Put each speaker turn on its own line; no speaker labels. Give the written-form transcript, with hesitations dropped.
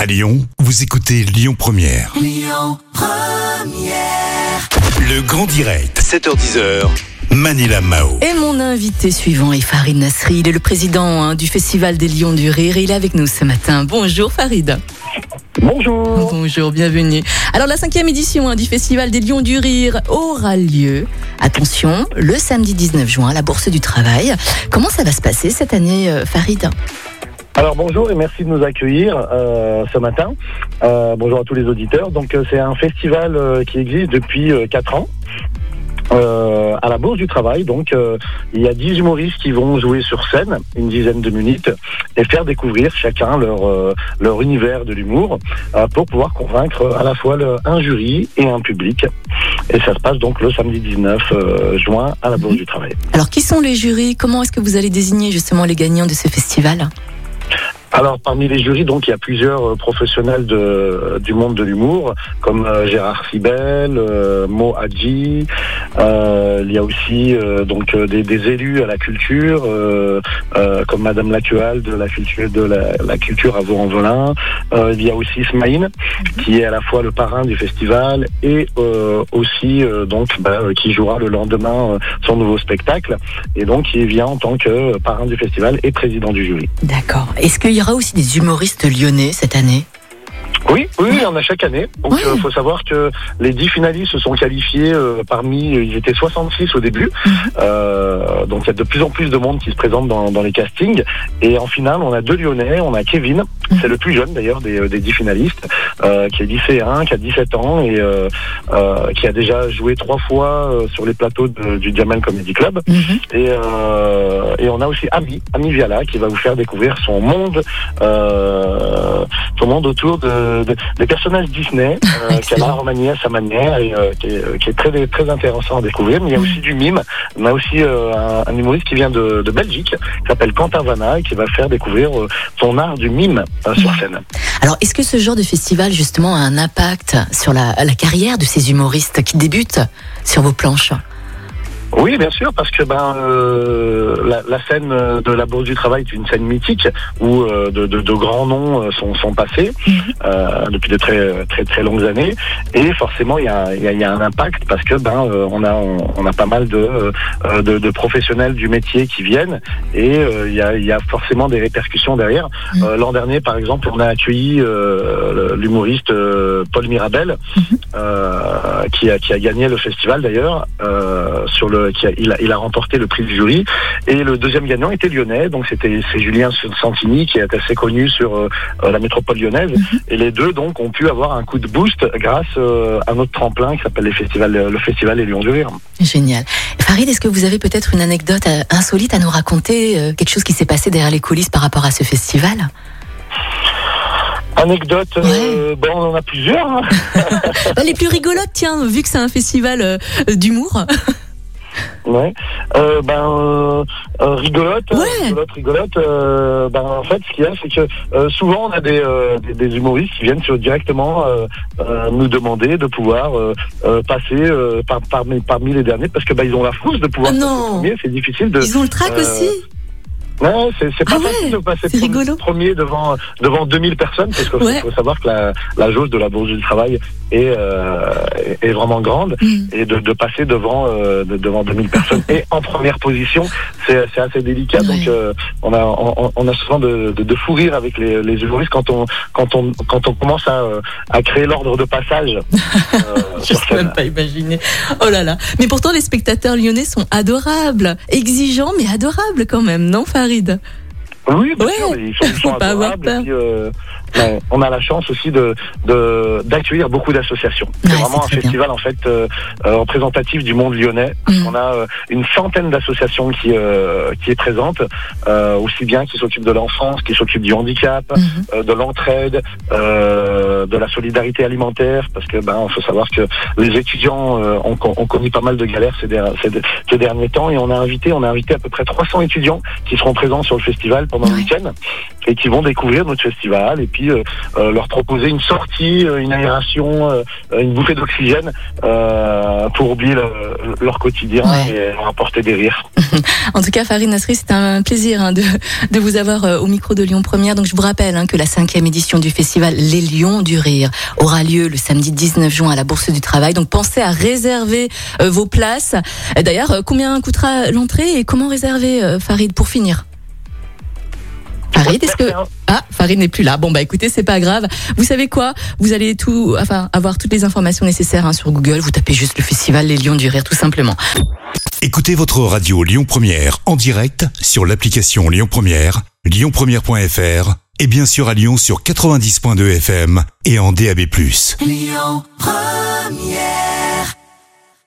À Lyon, vous écoutez Lyon Première.
Lyon Première.
Le grand direct, 7h10h. Manila Mao.
Et mon invité suivant est Farid Nasri. Il est le président du Festival des Lions du Rire. Et il est avec nous ce matin. Bonjour Farid.
Bonjour.
Bonjour, bienvenue. Alors la 5e édition du Festival des Lions du Rire aura lieu, attention, le samedi 19 juin à la Bourse du Travail. Comment ça va se passer cette année, Farid ?
Alors bonjour et merci de nous accueillir ce matin. Bonjour à tous les auditeurs. Donc c'est un festival qui existe depuis 4 ans. À la Bourse du Travail, donc il y a 10 humoristes qui vont jouer sur scène une dizaine de minutes et faire découvrir chacun leur univers de l'humour pour pouvoir convaincre à la fois un jury et un public. Et ça se passe donc le samedi 19 juin à la Bourse du Travail.
Alors qui sont les jurys ? Comment est-ce que vous allez désigner justement les gagnants de ce festival ?
Alors parmi les jurys, donc il y a plusieurs professionnels du monde de l'humour, comme Gérard Sibel, Mo Hadji. Il y a aussi donc des élus à la culture, comme Madame Lacual de la culture à Vaux-en-Velin. Il y a aussi Smaïn, qui est à la fois le parrain du festival et aussi qui jouera le lendemain son nouveau spectacle. Et donc il vient en tant que parrain du festival et président du jury.
D'accord. Est-ce qu'il y aura aussi des humoristes lyonnais cette année ?
Oui, il y en a chaque année. Donc il faut savoir que les 10 finalistes se sont qualifiés ils étaient 66 au début. Donc il y a de plus en plus de monde qui se présente dans les castings. Et en finale, on a 2 Lyonnais. On a Kevin, c'est le plus jeune d'ailleurs des 10 finalistes, qui est lycéen, qui a 17 ans et qui a déjà joué 3 fois sur les plateaux du Jamel Comedy Club. Et on a aussi Ami Viala, qui va vous faire découvrir son monde autour des personnages Disney qu'elle a remanié à sa manière et qui est très, très intéressant à découvrir. Mais il y a aussi du mime. On a aussi un humoriste qui vient de Belgique, qui s'appelle Quentin Vanna et qui va faire découvrir son art du mime sur scène.
Alors, est-ce que ce genre de festival, justement, a un impact sur la carrière de ces humoristes qui débutent sur vos planches ?
Oui, bien sûr, parce que la scène de la Bourse du Travail est une scène mythique où de grands noms sont passés depuis de très très très longues années, et forcément il y a un impact parce que on a pas mal de professionnels du métier qui viennent et il y a forcément des répercussions derrière. L'an dernier, par exemple, on a accueilli l'humoriste Paul Mirabel qui a gagné le festival d'ailleurs il a remporté le prix du jury, et le deuxième gagnant était lyonnais, donc c'est Julien Santini qui est assez connu sur la métropole lyonnaise, et les deux donc ont pu avoir un coup de boost grâce à notre tremplin qui s'appelle le festival des Lions du Rire.
Génial. Farid, est-ce que vous avez peut-être une anecdote insolite à nous raconter, quelque chose qui s'est passé derrière les coulisses par rapport à ce festival ?
Anecdote, on en a plusieurs.
Les plus rigolotes, tiens, vu que c'est un festival d'humour.
Ouais. Rigolote. En fait, ce qu'il y a, c'est que souvent on a des humoristes qui viennent directement nous demander de pouvoir passer parmi les derniers, parce que ils ont la frousse de pouvoir passer premier. C'est difficile de.
Ils ont le trac aussi.
Non, c'est pas facile de passer premier devant 2000 personnes, parce qu'il faut savoir que la jauge de la Bourse du Travail est vraiment grande, et de passer devant 2000 personnes et en première position, c'est assez délicat. Donc on a souvent de fou rire avec les humoristes quand on commence à créer l'ordre de passage.
Je ne peux même pas imaginer. Oh là là. Mais pourtant les spectateurs lyonnais sont adorables, exigeants mais adorables quand même, non Farid ?
Oui, bien sûr, ils sont
pas avoir
adorables.
peur.
Et puis, on a la chance aussi d'accueillir beaucoup d'associations. C'est vraiment un festival en fait représentatif du monde lyonnais. On a une centaine d'associations qui est présente, aussi bien qui s'occupent de l'enfance, qui s'occupent du handicap, de l'entraide, de la solidarité alimentaire, parce que faut savoir que les étudiants ont connu pas mal de galères ces derniers temps, et on a invité à peu près 300 étudiants qui seront présents sur le festival pendant le week-end et qui vont découvrir notre festival et puis aussi leur proposer une sortie, une aération, une bouffée d'oxygène pour oublier leur quotidien et leur apporter des rires.
En tout cas, Farid Nasri, c'est un plaisir de vous avoir au micro de Lyon Première. Donc je vous rappelle que la 5e édition du festival Les Lions du Rire aura lieu le samedi 19 juin à la Bourse du Travail. Donc pensez à réserver vos places. D'ailleurs, combien coûtera l'entrée et comment réserver, Farid, pour finir? Farid, est-ce que... Ah, Farid n'est plus là. Bon, écoutez, c'est pas grave. Vous savez quoi? Vous allez avoir toutes les informations nécessaires sur Google. Vous tapez juste le festival Les Lions du Rire, tout simplement.
Écoutez votre radio Lyon Première en direct sur l'application Lyon Première, lyonpremière.fr et bien sûr à Lyon sur 90.2 FM et en DAB+.
Lyon Première.